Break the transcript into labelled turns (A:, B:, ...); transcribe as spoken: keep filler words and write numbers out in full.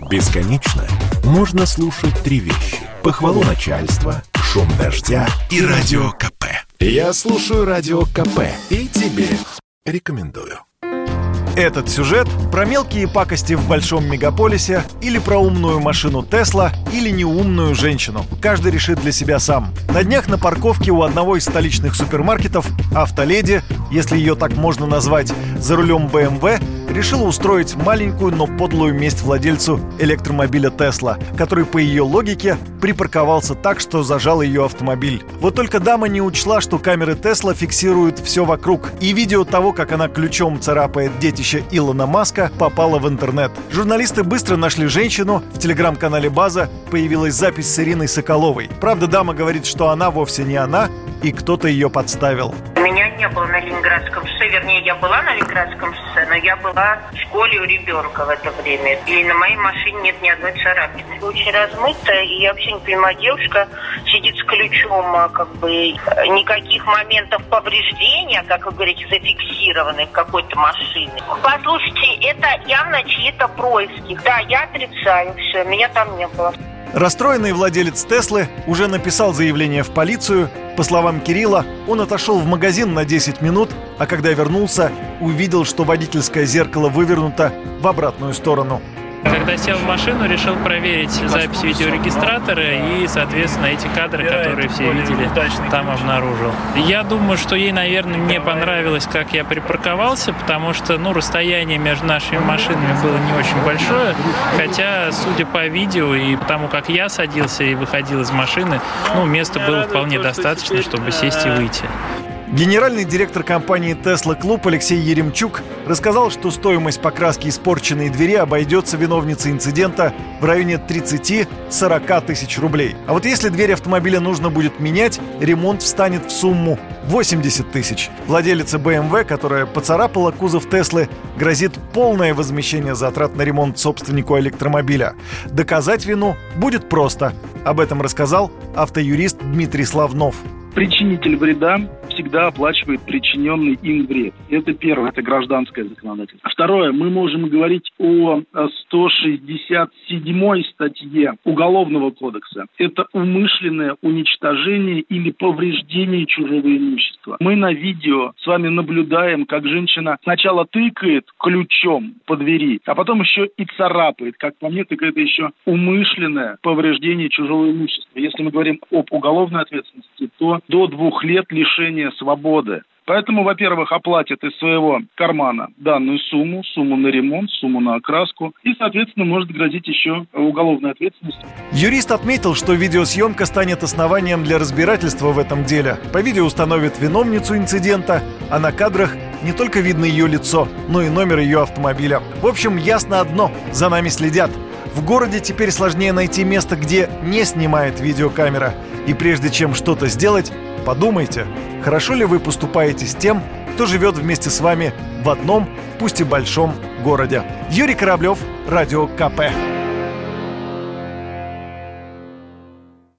A: Бесконечно можно слушать три вещи: похвалу начальства, шум дождя и радио КП. Я слушаю радио КП и тебе рекомендую.
B: Этот сюжет про мелкие пакости в большом мегаполисе или про умную машину Тесла или неумную женщину. Каждый решит для себя сам. На днях на парковке у одного из столичных супермаркетов автоледи, если ее так можно назвать, за рулем бэ эм вэ решила устроить маленькую, но подлую месть владельцу электромобиля Тесла, который, по ее логике, припарковался так, что зажал ее автомобиль. Вот только дама не учла, что камеры Тесла фиксируют все вокруг, и видео того, как она ключом царапает детище Илона Маска, попало в интернет. Журналисты быстро нашли женщину, в телеграм-канале «База» появилась запись с Ириной Соколовой. Правда, дама говорит, что она вовсе не она, и кто-то ее подставил.
C: Меня не было на Ленинградском шоссе, вернее, я была на Ленинградском шоссе, но я была в школе у ребенка в это время, и на моей машине нет ни одной царапины. Очень размытая, и я вообще не понимаю, девушка сидит с ключом, как бы никаких моментов повреждения, как вы говорите, зафиксированы в какой-то машине. Послушайте, это явно чьи-то происки. Да, я отрицаю все, меня там не было.
B: Расстроенный владелец Теслы уже написал заявление в полицию. По словам Кирилла, он отошел в магазин на десять минут, а когда вернулся, увидел, что водительское зеркало вывернуто в обратную сторону.
D: Когда сел в машину, решил проверить запись видеорегистратора и, соответственно, эти кадры, которые все видели, там обнаружил. Я думаю, что ей, наверное, не понравилось, как я припарковался, потому что, ну, расстояние между нашими машинами было не очень большое, хотя, судя по видео и потому, как я садился и выходил из машины, ну, места было вполне достаточно, чтобы сесть и выйти.
B: Генеральный директор компании Tesla Club Алексей Еремчук рассказал, что стоимость покраски испорченной двери обойдется виновнице инцидента в районе тридцать-сорок тысяч рублей. А вот если дверь автомобиля нужно будет менять, ремонт встанет в сумму восемьдесят тысяч. Владелице бэ эм вэ, которая поцарапала кузов Теслы, грозит полное возмещение затрат на ремонт собственнику электромобиля. Доказать вину будет просто. Об этом рассказал автоюрист Дмитрий Славнов.
E: Причинитель вреда всегда оплачивает причиненный им вред. Это первое, это гражданское законодательство. Второе, мы можем говорить о сто шестьдесят седьмой статье Уголовного кодекса. Это умышленное уничтожение или повреждение чужого имущества. Мы на видео с вами наблюдаем, как женщина сначала тыкает ключом по двери, а потом еще и царапает. Как по мне, так это еще умышленное повреждение чужого имущества. Если мы говорим об уголовной ответственности, то до двух лет лишения свободы. Поэтому, во-первых, оплатят из своего кармана данную сумму, сумму на ремонт, сумму на окраску, и, соответственно, может грозить еще уголовной ответственностью.
B: Юрист отметил, что видеосъемка станет основанием для разбирательства в этом деле. По видео установят виновницу инцидента, а на кадрах не только видно ее лицо, но и номер ее автомобиля. В общем, ясно одно – за нами следят. В городе теперь сложнее найти место, где не снимает видеокамера. И прежде чем что-то сделать, подумайте, хорошо ли вы поступаете с тем, кто живет вместе с вами в одном, пусть и большом городе. Юрий Кораблев, Радио КП.